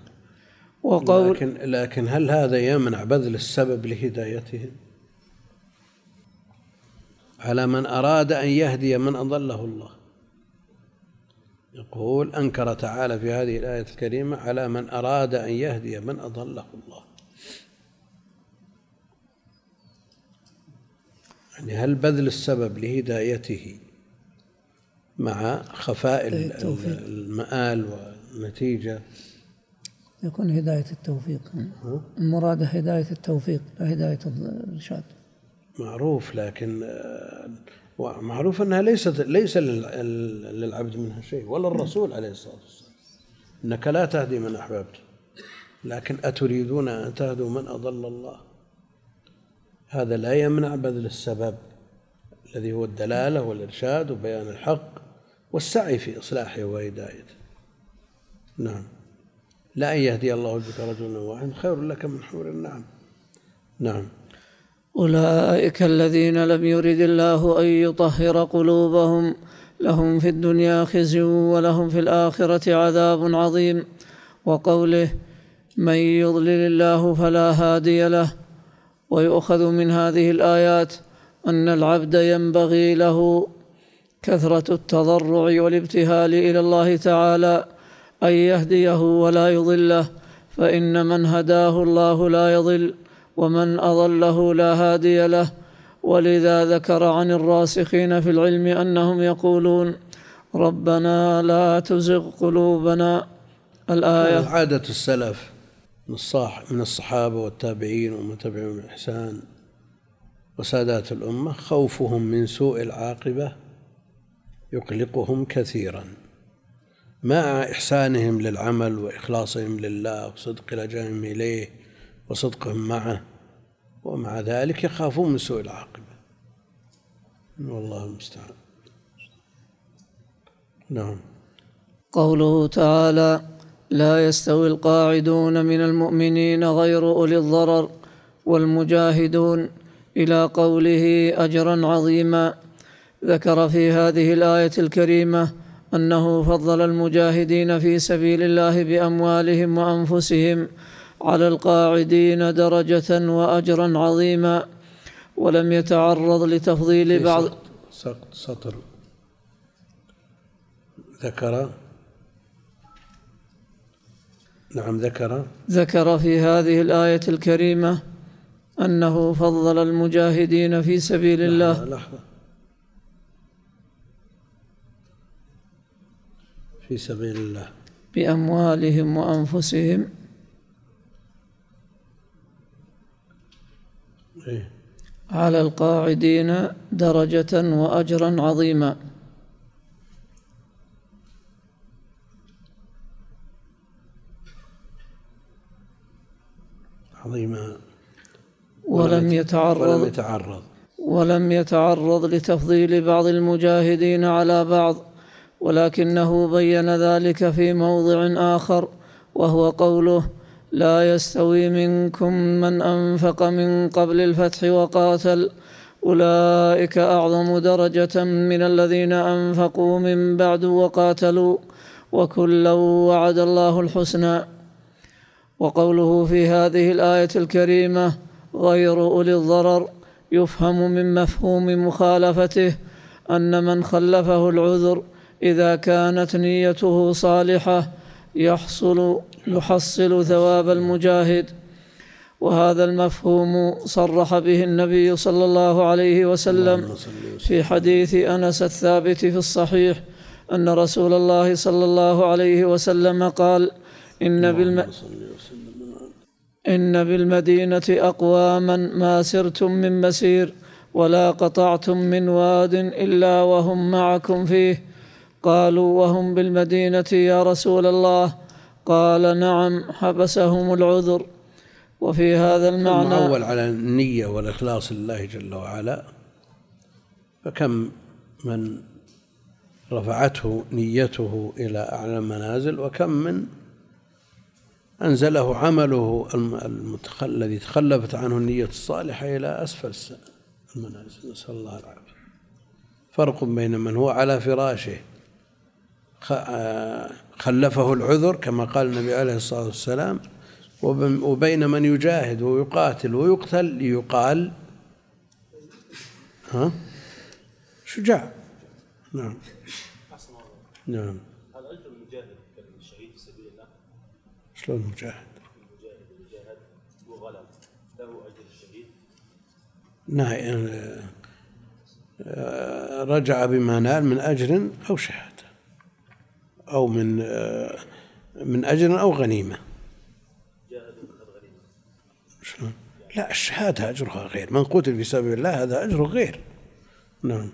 لكن هل هذا يمنع بذل السبب لهدايتهم؟ على من أراد أن يهدي من أضله الله، يقول أنكر تعالى في هذه الآية الكريمة على من أراد أن يهدي من أضله الله. يعني هل بذل السبب لهدايته مع خفاء المآل والنتيجة يكون هداية التوفيق؟ المراد هداية التوفيق لا هداية الإرشاد. معروف، لكن معروف أنها ليس للعبد منها شيء، ولا الرسول عليه الصلاة والسلام: إنك لا تهدي من أحببت، لكن أتريدون أن تهدوا من أضل الله. هذا لا يمنع بذل السبب الذي هو الدلالة والإرشاد وبيان الحق والسعي في إصلاحه وهدايته. نعم. لا أن يهدي الله بك رجلا واحدا خير لك من حمر النعم. نعم. أولئك الذين لم يرد الله أن يطهر قلوبهم، لهم في الدنيا خزي ولهم في الآخرة عذاب عظيم. وقوله: من يضلل الله فلا هادي له. ويؤخذ من هذه الآيات أن العبد ينبغي له كثرة التضرع والابتهال إلى الله تعالى أن يهديه ولا يضله، فإن من هداه الله لا يضل، ومن أضله لا هادي له. ولذا ذكر عن الراسخين في العلم أنهم يقولون: ربنا لا تزغ قلوبنا، الآية. عادة السلف من الصحابة والتابعين ومن تبعهم بإحسان وسادات الأمة خوفهم من سوء العاقبة يقلقهم كثيرا، مع إحسانهم للعمل وإخلاصهم لله وصدق لجأهم إليه وصدقهم معه، ومع ذلك يخافون من سوء العاقبة. والله المستعان. نعم. قوله تعالى: لا يستوي القاعدون من المؤمنين غير أولي الضرر والمجاهدون، إلى قوله أجرا عظيما. ذكر في هذه الآية الكريمة أنه فضل المجاهدين في سبيل الله بأموالهم وأنفسهم على القاعدين درجة وأجرا عظيما، ولم يتعرض لتفضيل بعض. سطر ذكر. نعم ذكر في هذه الآية الكريمة أنه فضل المجاهدين في سبيل الله. لحظة. في سبيل الله بأموالهم وأنفسهم على القاعدين درجة وأجرا عظيما. ولم يتعرض لتفضيل بعض المجاهدين على بعض، ولكنه بين ذلك في موضع آخر، وهو قوله: لا يستوي منكم من أنفق من قبل الفتح وقاتل أولئك أعظم درجة من الذين أنفقوا من بعد وقاتلوا وكلا وعد الله الحسنى. وقوله في هذه الآية الكريمة غير أولي الضرر يفهم من مفهوم مخالفته أن من خلفه العذر إذا كانت نيته صالحة يحصل ثواب المجاهد، وهذا المفهوم صرح به النبي صلى الله عليه وسلم في حديث أنس الثابت في الصحيح أن رسول الله صلى الله عليه وسلم قال: إن بالمدينة أقواما ما سرتم من مسير ولا قطعتم من واد إلا وهم معكم فيه. قالوا: وهم بالمدينة يا رسول الله؟ قال: نعم، حبسهم العذر. وفي هذا المعنى أول على النية والإخلاص لله جل وعلا، فكم من رفعته نيته إلى أعلى المنازل، وكم من أنزله عمله الذي تخلفت عنه النية الصالحة إلى أسفل المنازل، نسأل الله العافية. فرق بين من هو على فراشه خلفه العذر كما قال النبي عليه الصلاة والسلام، وبين من يجاهد ويقاتل ويقتل ليقال شجاع. نعم. نعم. هل أجر المجاهد كالشهيد في سبيل الله؟ شلون المجاهد؟ المجاهد جاهد وغلب له أجر الشهيد؟ نعم، رجع بما نال من أجر أو شهادة أو من أجر أو غنيمة. جاهد الغنيمة شلون؟ لا، الشهادة أجرها غير، من قتل في سبيل الله هذا أجره غير. نعم.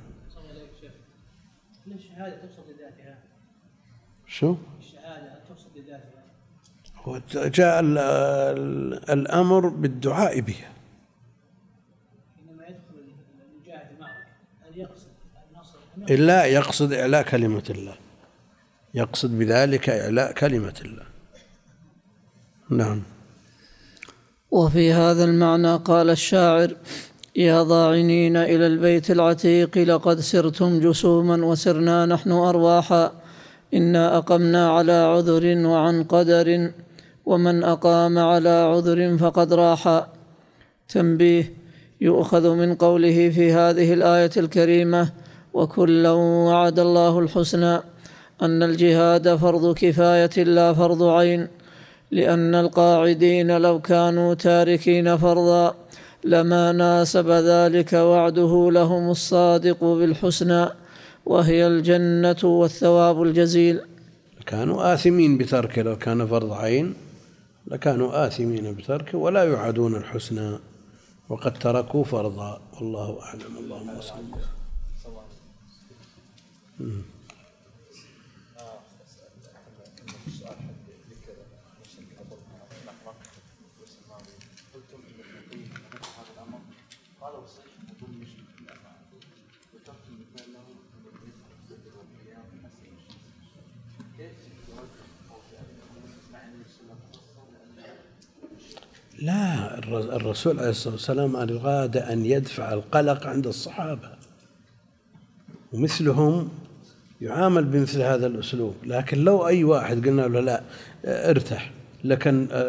الشهادة تقصد لذاتها. شو؟ الشهادة تقصد لذاتها. جاء الأمر بالدعاء بها. إنما يدخل المجاهد معه أن يقصد النصر. إلا يقصد إعلاء كلمة الله، يقصد بذلك إعلاء كلمة الله. نعم. وفي هذا المعنى قال الشاعر: يا ضاعنين إلى البيت العتيق لقد سرتم جسوما وسرنا نحن أرواحا، إنا أقمنا على عذر وعن قدر ومن أقام على عذر فقد راحا. تنبيه: يؤخذ من قوله في هذه الآية الكريمة وكلا وعد الله الحسنى أن الجهاد فرض كفاية لا فرض عين، لأن القاعدين لو كانوا تاركين فرضا لما ناسب ذلك وعده لهم الصادق بالحسنى وهي الجنة والثواب الجزيل. كانوا آثمين بتركه، لو كان فرض عين لكانوا آثمين بتركه ولا يعدون الحسنى وقد تركوا فرضا، والله أعلم. اللهم صل وسلم. لا، الرسول عليه الصلاة والسلام أراد أن يدفع القلق عند الصحابة، ومثلهم يعامل بمثل هذا الأسلوب. لكن لو أي واحد قلنا له لا ارتاح، لك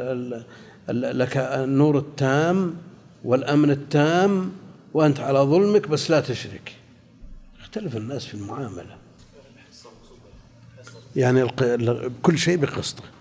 النور التام والأمن التام وأنت على ظلمك بس لا تشرك، اختلف الناس في المعاملة، يعني كل شيء بقسطه.